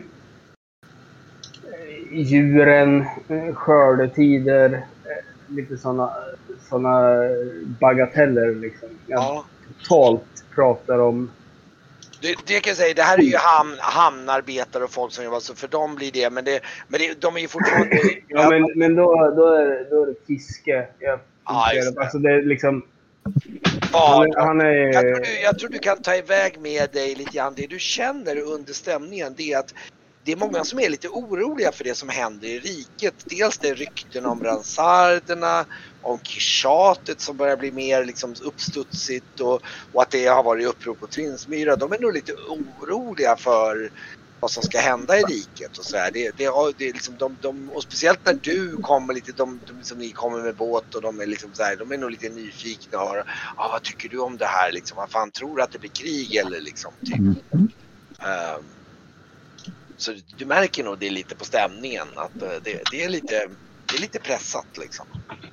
djuren, eh, skördetider. Eh, lite sådana såna bagateller liksom. Jag
ja.
totalt pratar om.
Det, det kan jag säga, det här är ju hamn, hamnarbetare och folk som jobbar så för dem blir det, men, det, men det, de är ju fortfarande...
ja, men, men då, då, är, då är det fiske. Jag,
ja, just det.
Alltså det är liksom...
Ja,
han, han är...
jag, tror du, jag tror du kan ta iväg med dig lite grann. Det du känner under stämningen, det är att det är många som är lite oroliga för det som händer i riket. Dels det rykten om ransarderna, om kishatet som börjar bli mer liksom uppstudsigt och, och att det har varit upprop på Trinsmyra. De är nog lite oroliga för vad som ska hända i riket och så här. Det, det, det är liksom de, de, och speciellt när du kommer lite, de, de som ni kommer med båt och de är liksom så här, de är nog lite nyfikna och höra, ah, vad tycker du om det här liksom? Vad fan tror du att det blir krig eller liksom typ.
Mm.
Um, så du märker nog det lite på stämningen att det, det är lite det är lite pressat liksom.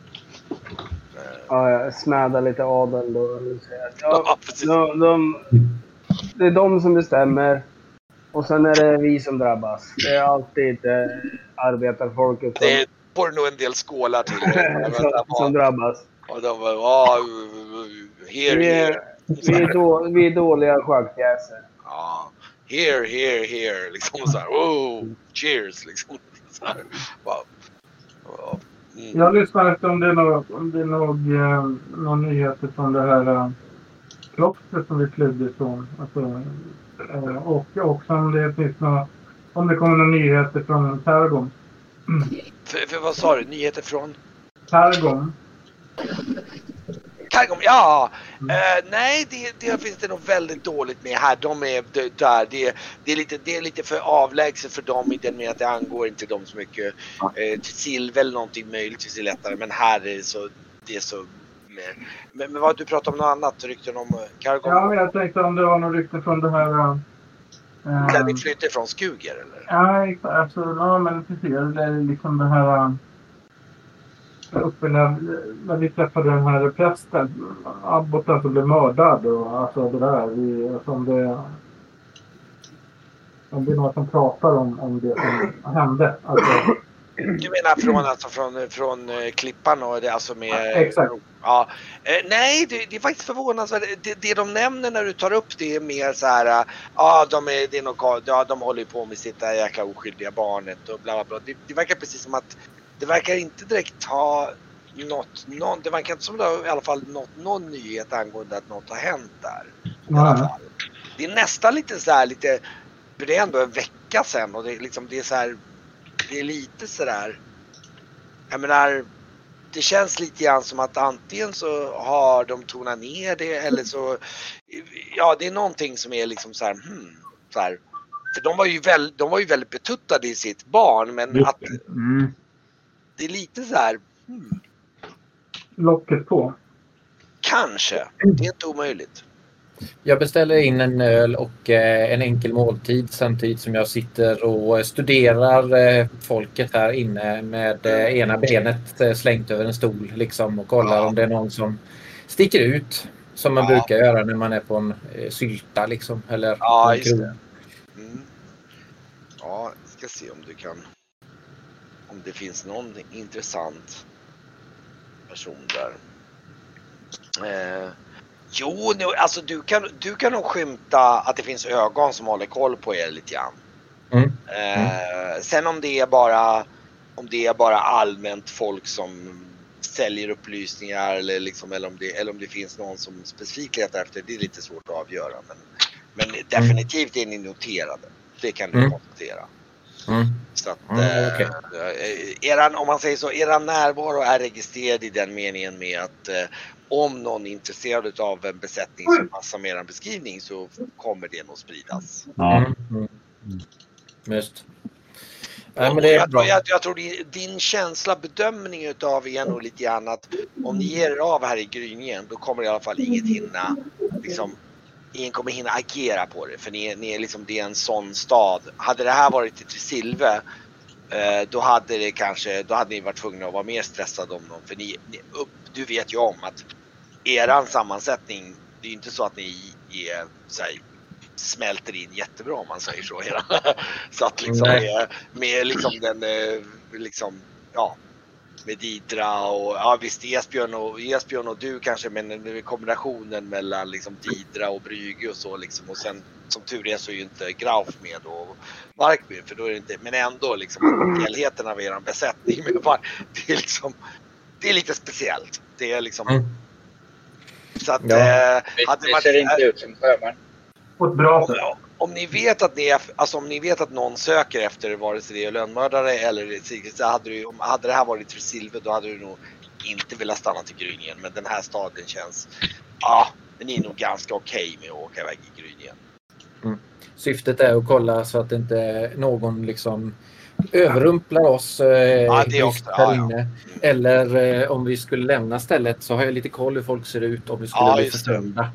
Ja, jag smädar lite adel då. Ja,
ja, precis.
De, de, det är de som bestämmer. Och sen är det vi som drabbas. Det är alltid inte arbetarfolket som...
Det får nog en del skålar till.
som, som drabbas.
Och de var, ja, here,
vi, är,
here.
Vi, är då, vi är dåliga schackpjäser.
Ja, here, here, here. Liksom så här, oh, cheers, liksom. Så här, wow. Wow. Mm.
Jag lyssnar efter om det är något, om det är något, eh, någon nyheter från det här eh, klostret som vi flydde ifrån. Alltså, eh, och också om det finns några, om det kommer några nyheter från Targon.
För, för vad sa du? Nyheter från?
Targon.
Kargom, ja! Mm. Uh, nej, det, det finns det nog väldigt dåligt med här. De är d- där. Det, det, är lite, det är lite för avlägset för dem i den med att det angår inte dem så mycket. Uh, till Silver eller någonting möjligtvis är lättare. Men här är det så... Det är så med, men, men vad du pratar om något annat? Rykten om Kargom?
Ja, men jag tänkte om det var något rykte från det här... Uh,
där vi flyttar från Skuger, eller?
Ja, alltså, ja, men precis. Det är liksom det här... Uh, uppe när, när vi träffade den här prästen, abboten som blev mördad och alltså det där, vi, alltså om det om det är någon som pratar om, om det som hände. Alltså,
du menar från, alltså, från, från uh, Klippan och det alltså med...
Ja, exakt.
Ja, eh, nej, det, det är faktiskt förvånansvärt. Det, det de nämner när du tar upp det är mer så här, ja, ah, de, är, det är något, ja, de håller på med sitt där jäkla oskyldiga barnet och bla bla bla. Det, det verkar precis som att det verkar inte direkt ha något, någon, det verkar inte som det har i alla fall något, någon nyhet angående att något har hänt där. I alla fall. Det är nästan lite så här, lite, för det är ändå en vecka sedan och det är liksom, det är så här, det är lite så där, jag menar, det känns lite grann som att antingen så har de tonat ner det eller så, ja, det är någonting som är liksom så här, hmm, så här, för de var ju väl, de var ju väldigt betuttade i sitt barn, men att
mm.
det är lite så här, hmm.
Locket på.
Kanske. Det är inte omöjligt.
Jag beställer in en öl och eh, en enkel måltid samtidigt som jag sitter och studerar eh, folket här inne med eh, ena benet eh, slängt över en stol liksom, och kollar ja. om det är någon som sticker ut som man ja. brukar göra när man är på en eh, sylta liksom, eller
ja, just det. Mm. Ja, ska se om du kan, om det finns någon intressant person där. Eh, jo, nu, alltså du kan, du kan nog skymta att det finns ögon som håller koll på er lite grann. Mm. Eh, sen om det är bara om det är bara allmänt folk som säljer upplysningar eller liksom, eller om det, eller om det finns någon som specifikt letar efter, det är lite svårt att avgöra, men, men definitivt är ni noterade. Det kan du mm. konstatera. Mm. Så att, mm, okay. eh, eran, om man säger så, eran närvaro är registrerad i den meningen med att eh, om någon är intresserad av en besättning som passar med en beskrivning så kommer det nog spridas.
Mm. Mm. Just. Ja, men det är bra.
Jag, jag, jag tror din, din känsla, bedömning utav er nog lite grann att om ni ger er av här i gryningen, då kommer i alla fall inget hinna liksom, ingen kommer hinna agera på det, för ni, ni är liksom, det är en sån stad. Hade det här varit i Tresilve, eh, då hade det kanske, då hade ni varit tvungna att vara mer stressade om dem, för ni, ni upp, du vet ju om att eran sammansättning, det är ju inte så att ni är, så här, smälter in jättebra om man säger så. Så att liksom med, med liksom den liksom, ja, med Didra och ja visst Esbjörn och Esbjörn och du kanske, men kombinationen mellan liksom Didra och Brygge och så liksom, och sen som tur är så är ju inte Grauf med och Markby, för då är det inte, men ändå liksom helheten av eran besättning med var, det är liksom, det är lite speciellt. Det är liksom mm. så att
ja.
eh,
hade det man ser inte ut som sjöman.
Bra
om, om ni vet att ni är, alltså om ni vet att någon söker efter vare sig det är lönnmördare eller så hade du, om hade det här varit för Silver, då hade du nog inte velat stanna till Gryningen, men den här staden känns, ja, den är nog ganska okej med att åka iväg i Gryningen.
Mm. Syftet är att kolla så att inte någon liksom överrumplar oss eh,
ja, det är också, ja, ja. Mm.
Eller eh, om vi skulle lämna stället så har jag lite koll hur folk ser ut om vi skulle ja, bli förstörda.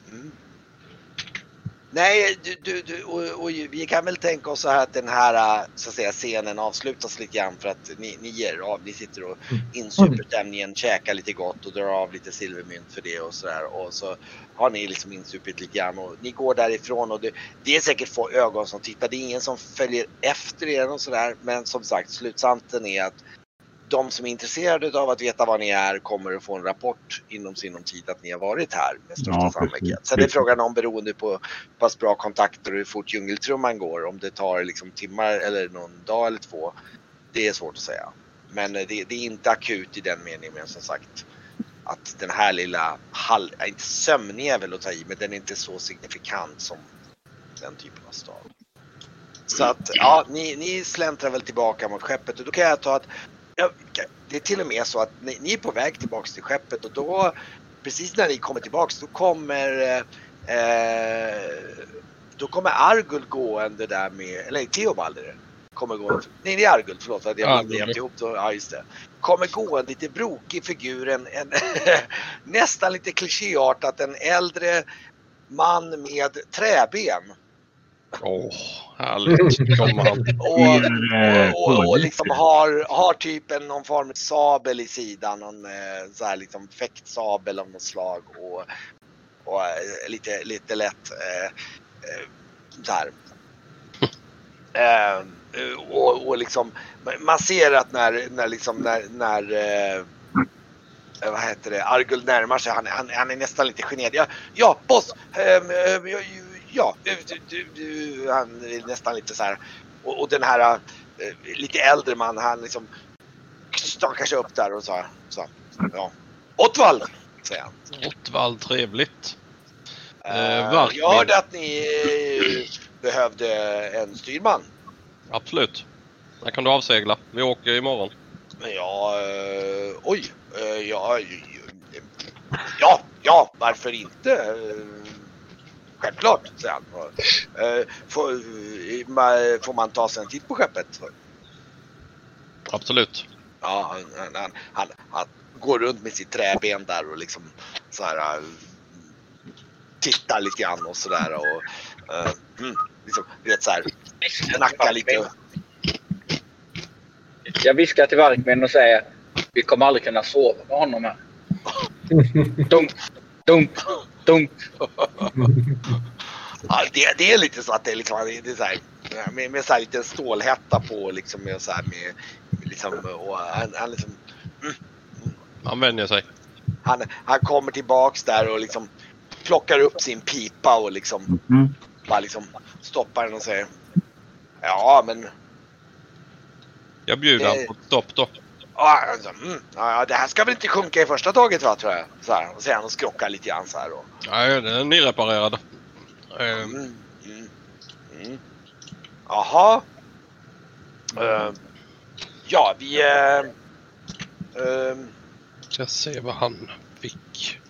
Nej, du, du, du, och, och vi kan väl tänka oss så här att den här så att säga, scenen avslutas lite grann för att ni, ni ger av, ni sitter och insuper stämningen, käkar lite gott och drar av lite silvermynt för det och sådär, och så har ni liksom insupit lite grann och ni går därifrån och det, det är säkert få ögon som tittar, det är ingen som följer efter er och sådär, men som sagt, slutsatsen är att de som är intresserade av att veta vad ni är kommer att få en rapport inom sinom tid att ni har varit här med största ja, sannolikhet. Sen är frågan om, beroende på pass bra kontakter och hur fort djungeltrumman går, om det tar liksom timmar eller någon dag eller två, det är svårt att säga. Men det, det är inte akut i den meningen, men som sagt att den här lilla hall, inte sömnig är väl att ta i, men den är inte så signifikant som den typen av stad. Så att ja, ni, ni släntrar väl tillbaka mot skeppet, och då kan jag ta att ja, det är till och med så att ni, ni är på väg tillbaka till skeppet, och då precis när ni kommer tillbaks, då kommer eh, då kommer Argul gående där med, eller Theobald är det. Kommer gå, nej det är Argul, förlåt att jag blandade jämt ihop då, ja just det. Kommer gå en lite brokig figur, en, en nästan lite klichéartat, en äldre man med träben.
Åh, oh, härligt. Kommer han.
Och, och, och, och liksom har, har typ en, någon form av sabel i sidan, någon så här liksom fäktsabel av något slag och, och lite, lite lätt eh, så här. Eh, och, och liksom man ser att när, när liksom när, när eh, vad heter det, Argul närmar sig, han, han, han är nästan lite generad. Ja, ja boss, eh, eh, ja, du, du, du, han är nästan lite så här. Och, och den här eh, lite äldre man, han liksom stakar sig upp där och så, så ja. Ottvald, säger han.
Ottvald, trevligt.
Eh, uh, jag hörde att ni eh, behövde en styrman.
Absolut. Där kan du avsegla. Vi åker imorgon.
Men ja, eh, oj, eh, ja, ja, ja, varför inte? Eh, självklart, säger han. Eh, får, eh, får man ta sig en titt på skeppet?
Absolut.
Ja, han, han, han, han går runt med sitt träben där och liksom så här uh, tittar lite grann och sådär och uh, mm, liksom, vet så här, knackar lite.
Jag viskar till Varkmin och säger, vi kommer aldrig kunna sova med honom här. Dunk, dunk, dunk.
Ja, det, det är lite så att det är liksom, det är så här, med, med så här lite stålhätta på liksom, med så här med liksom, och han, han liksom mm,
han vänjer sig.
Han, han kommer tillbaks där och liksom plockar upp sin pipa och liksom
Mm.
bara liksom stoppar den och säger, ja men
Jag bjuder
Det-
han på ett stopp då.
ja, alltså, mm, ja, det här ska väl inte sjunka i första taget, va, tror jag. Så här, och så han och skrockar lite grann så här och
Nej, den är nyreparerad. Ehm,
mm, mm, mm. Jaha. Eh, ja, vi eh, eh,
Ska se vad han fick.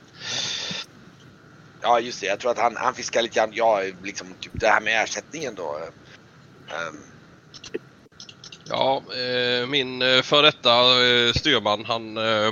ja, just det. Jag tror att han, han fiskar lite grann. Ja, liksom typ det här med ersättningen då. Eh,
Ja, eh, min eh, för detta eh, styrman, han eh,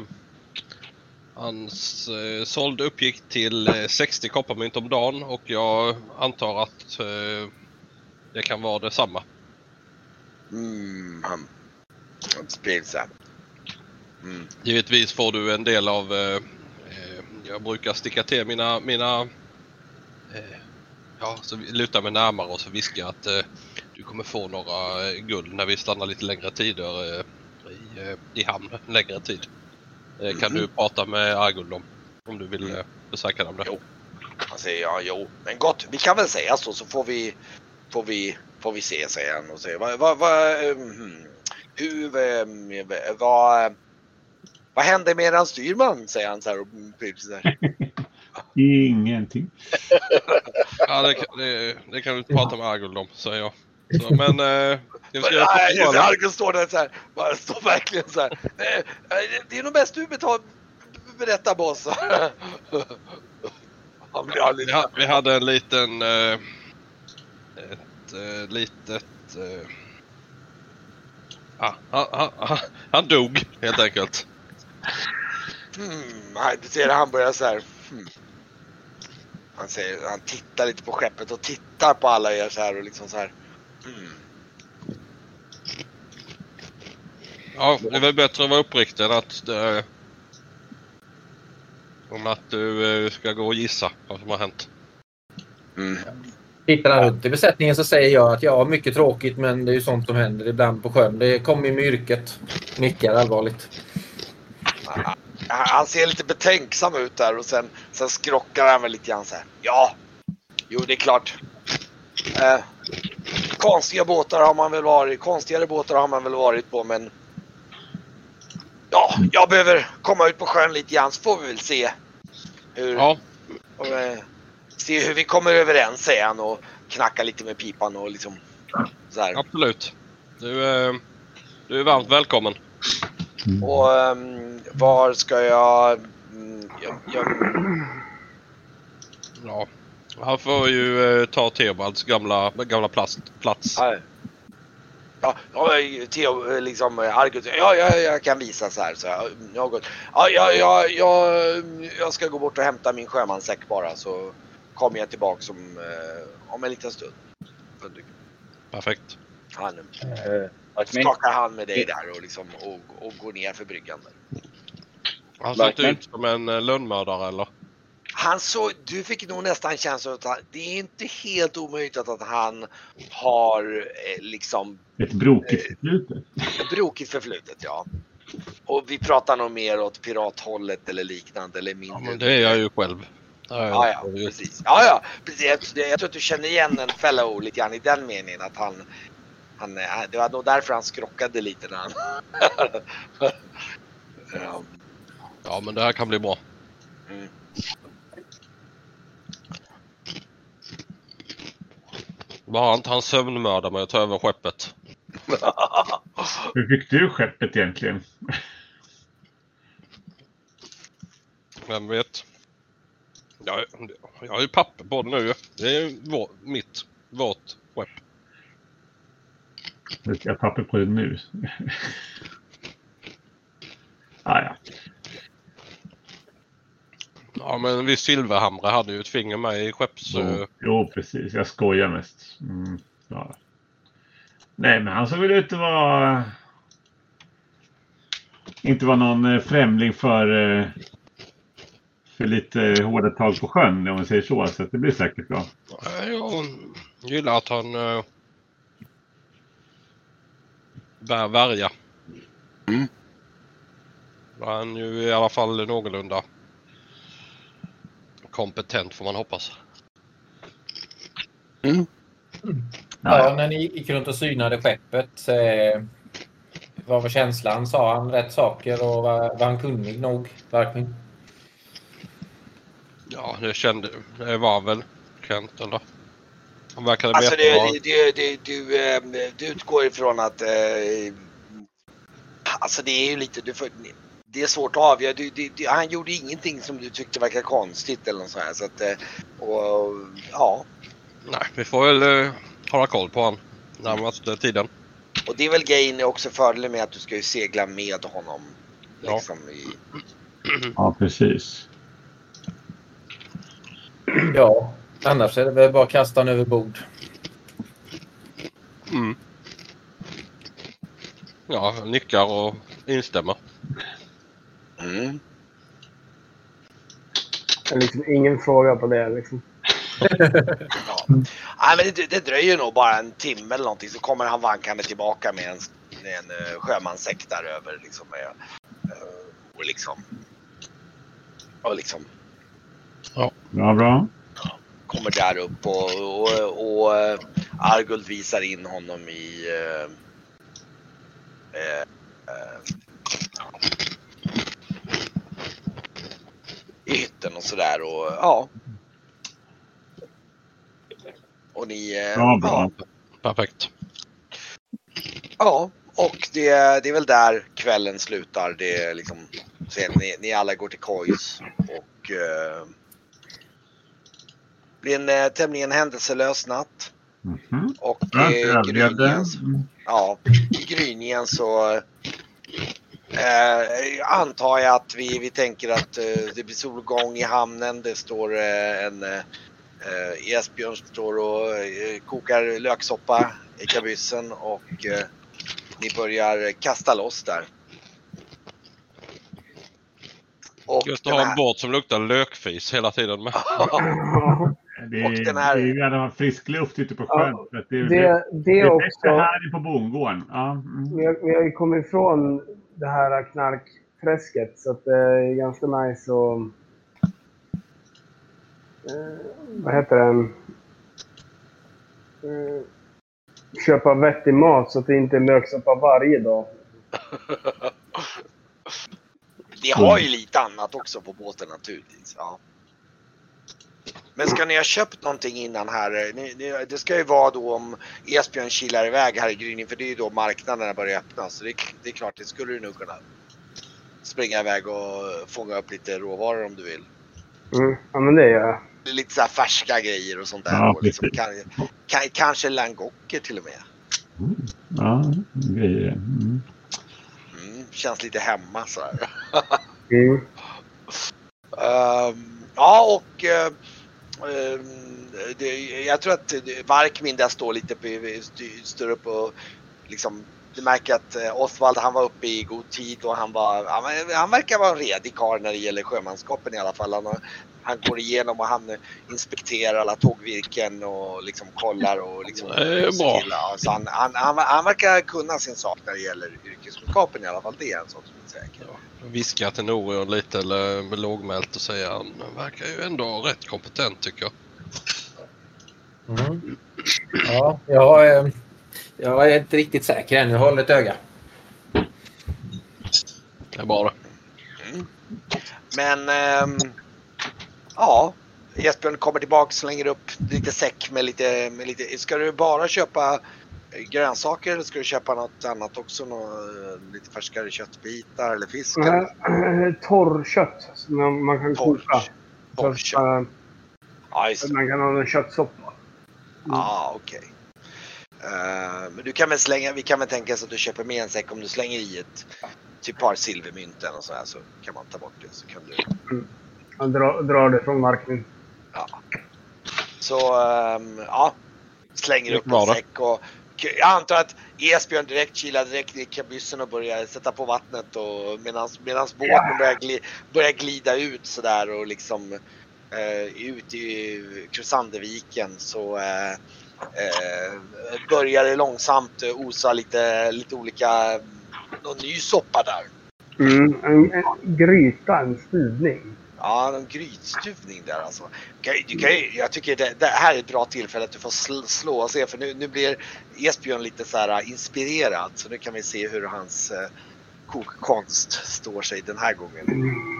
hans eh, såld uppgick till eh, sextio kopparmynt om dagen och jag antar att eh, det kan vara detsamma.
mm, han, han springer så här. Mm.
Givetvis får du en del av, eh, eh, jag brukar sticka till mina, mina eh, ja, så lutar mig närmare och så viskar jag att eh, du kommer få några eh, guld när vi stannar lite längre tider eh, i, eh, i hamn, längre tid. Eh, kan
Mhm.
du prata med Argul om, om du vill eh, besöka dem där?
Jo. Han säger ja, jo, men gott, vi kan väl säga så, så får vi får vi får vi se, säger han och säger vad vad vad um, hur um, vad vad hände med eran styrman, säger han så här och så där.
Ingenting.
Ja, det, kan- det, det kan du prata med Argul om, säger jag. Så, men eh, jag ska göra
Nej, just det,
på
Argus står där så här, bara står verkligen så här. "Eh, det är nog bäst du betal, berätta, boss." Han blir
vi,
aldrig
ha, vi hade en liten eh, ett eh, litet eh, ah, han, han, han, han dog helt enkelt.
Hmm, nej, du ser han börjar så här. Hmm. Han säger, han tittar lite på skeppet och tittar på alla er så här och liksom så här. Hmm.
Ja, det är väl bättre att vara uppriktig än att eh, om att du eh, ska gå och gissa vad som har hänt.
Mm.
Tittar han runt i besättningen så säger jag att ja, mycket tråkigt, men det är ju sånt som händer ibland på sjön. Det kommer ju med yrket. Nickar allvarligt.
Han- Han ser lite betänksam ut där och sen, sen skrockar han väl lite grann så här. Ja, jo det är klart. Eh, konstiga båtar har man väl varit, konstigare båtar har man väl varit på, men ja, jag behöver komma ut på sjön lite grann så får vi väl se hur,
Ja,
och, eh, se hur vi kommer överens, säger han och knackar lite med pipan och liksom så här.
absolut. Du, eh, du är varmt välkommen.
Och um, var ska jag... mm, ja, Jag...
Ja. Han får ju eh, ta Theobalds gamla, gamla plats. plats.
Ja, ja, ja Theo, liksom Argus, ja, ja, jag kan visa så här. Så jag, jag, har gått, ja, ja, ja, jag, jag ska gå bort och hämta min sjömansäck bara, så kommer jag tillbaka som, eh, om en liten stund.
Perfekt.
Han
Uh,
skakar han med dig där och, liksom, och, och går ner för bryggan där.
Han ser inte ut som en uh, lönnmördare eller?
Han så, du fick nog nästan känslan att han, det är inte helt omöjligt att han har eh, liksom
ett brokigt förflutet.
Eh, brokigt förflutet, ja. Och vi pratar nog mer åt pirathållet eller liknande eller mindre.
Ja, men det är jag ju själv. Ja,
ja, ja, precis. Ja, ja, precis. Jag, jag tror att du känner igen en fellow lite grann i den meningen att han, han det var nog därför han skrockade lite när han...
ja. ja, men det här kan bli bra.
Mm.
Bara inte han sömnmördar mig och tar över skeppet.
Hur fick du skeppet egentligen?
Vem vet? Jag, jag har ju papper på det nu. Det är vår, mitt, vårt skepp.
Jag har papper på det nu. ah, ja.
Ja, men en viss Silverhamre hade ju ett finger med i skepps...
Jo, jo precis. Jag skojar mest. Mm, ja. Nej, men han såg väl ut att vara... Inte vara någon främling för... För lite hårda tag på sjön, om man säger så. Så det blir säkert bra.
Jag gillar att han... Uh, bär värja.
Mm.
Han är ju i alla fall någorlunda... kompetent får man hoppas.
Mm.
Ja, när ni gick runt och synade skeppet, eh, vad var känslan? Sa han rätt saker och var, var han kunnig nog, verkligen?
Ja, det kände det var väl Kent, eller? Han verkade
alltså
veta
det,
vad...
det, det, du, du utgår ifrån att eh, alltså det är ju lite du får, det är svårt att avgöra. Du, du, du, han gjorde ingenting som du tyckte verkar konstigt eller något så här, så att och, ja.
Nej, vi får väl uh, hålla koll på han närmaste tiden.
Och det är väl grejen också fördelen med att du ska ju segla med honom. Liksom,
ja.
I...
ja, precis.
Ja, annars är det väl bara att kasta han över bord.
Mm. Ja, nickar och instämmer.
Mm.
Det är liksom ingen fråga på det liksom.
Ja. Nej, men det, det dröjer nog bara en timme eller någonting så kommer han vankande tillbaka med en, en uh, sjömansäck där över liksom, med, uh, och liksom och liksom
ja, bra, bra.
Kommer där upp och, och, och uh, Arguld visar in honom i uh, uh, uh, i hytten och sådär och ja. Och ni...
Ja, bra.
Ja,
perfekt.
Ja, och det, det är väl där kvällen slutar. Det är liksom... Sen, ni, ni alla går till kojs och... Uh, det blir en uh, tämligen händelselös natt.
Mm-hmm.
Och
ja,
uh, gryningen, ja, i gryningen så... Uh, antar jag att vi, vi tänker att uh, det blir solgång i hamnen. Det står uh, en... Uh, Uh, Esbjörn står och uh, kokar löksoppa i kabyssen och uh, ni börjar kasta loss där. Och
just att ha en båt som luktar lökfis hela tiden med.
Det är,
och den här...
det är ju gärna frisk luft ute på sjön.
Ja,
det, är,
det, det, det är också...
Det här är på bondgården. Ja. Mm.
Vi, har, vi har ju kommit ifrån det här knarkträsket så att det är ganska nice att... Eh, vad heter den? Eh, köpa vettig mat så att det inte är löksoppa varje dag.
Det har ju lite annat också på båten naturligtvis. Ja. Men ska ni ha köpt någonting innan här? Ni, ni, det ska ju vara då om Esbjörn kilar iväg här i gryningen för det är ju då marknaderna börjar öppnas. Så det, det är klart, det skulle du nog kunna springa iväg och fånga upp lite råvaror om du vill.
Mm. Ja, men det gör jag.
Lite så här färska grejer och sånt där.
Ja,
och liksom, kan, kan, kanske langocker till och med.
Mm. Ja, grejer. Mm.
Mm, känns lite hemma så här.
Mm.
um, ja, och uh, um, det, jag tror att Varkmin där står lite på, står upp och liksom, du märker att uh, Osvald, han var uppe i god tid och han var, han, han verkar vara en redig karl när det gäller sjömanskapen i alla fall. Han, han går igenom och han inspekterar alla tågvirken och liksom kollar och liksom.
Det är bra.
Så han, han, han, han verkar kunna sin sak när det gäller yrkeskunskapen i alla fall. Det är en sak som är säker.
Ja, viskar till Norion lite eller med lågmält och säger han verkar ju ändå rätt kompetent tycker jag.
Mm. Ja, jag, jag är inte riktigt säker än. Jag håller ett öga.
Det är bara.
Mm. Men ähm, ja, Esbjörn kommer tillbaka, slänger upp lite säck med lite, med lite. Ska du bara köpa grönsaker eller ska du köpa något annat också? Något, lite färskare köttbitar eller fisk?
Äh, äh, torrkött som man kan
Torr,
koka.
torrkött.
Så, äh,
Ja, just det.
man kan ha en köttsoppa.
Ja, ah, okej. Okay. Uh, men du kan väl slänga, vi kan väl tänka så att du köper med en säck om du slänger i ett typ par silvermynten och så här så kan man ta bort det så kan du.
Mm. Han drar, drar det från marken.
Ja. Så um, ja, slänger upp en
Bara.
säck och jag antar att Esbjörn direkt kilar direkt i kabyssen och börjar sätta på vattnet och medans, medans båten börjar, gli, börjar glida ut så där och liksom uh, ut i Krusanderviken så uh, uh, börjar det långsamt osa lite, lite olika, någon ny soppa där.
Mm, en, en gryta, en stuvning.
Ja, en grytstuvning där alltså. Du kan ju, jag tycker det, det här är ett bra tillfälle att du får sl, slå och se för nu, nu blir Esbjörn lite så här inspirerad så nu kan vi se hur hans eh, kokkonst står sig den här gången.
Mm.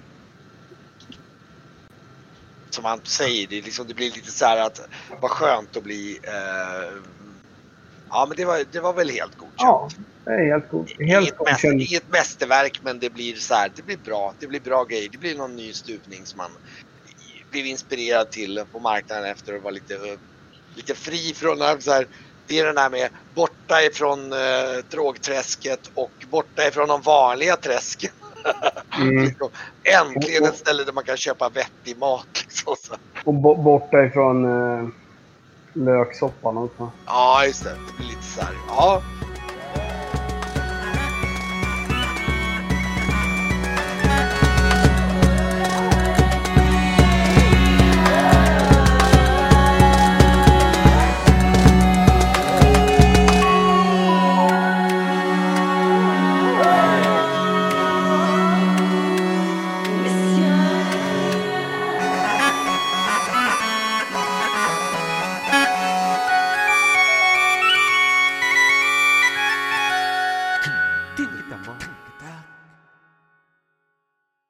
Som han säger, det, liksom, det blir lite så här att vad skönt att bli eh, ja men det var, det var väl helt godkänt.
Ja, det är helt god. Helt
Inget, mäster, inget mästerverk men det blir så här, det blir bra, det blir bra grejer, det blir någon ny stuvning som man blev inspirerad till på marknaden efter att vara lite, lite fri från så här, det är den här med borta ifrån eh, drogträsket och borta ifrån de vanliga träsken.
Mm.
Äntligen ett ställe där man kan köpa vettig mat liksom, så.
Och bo- borta ifrån eh, löksoppan också.
Ja just det, det blir lite så här, ja.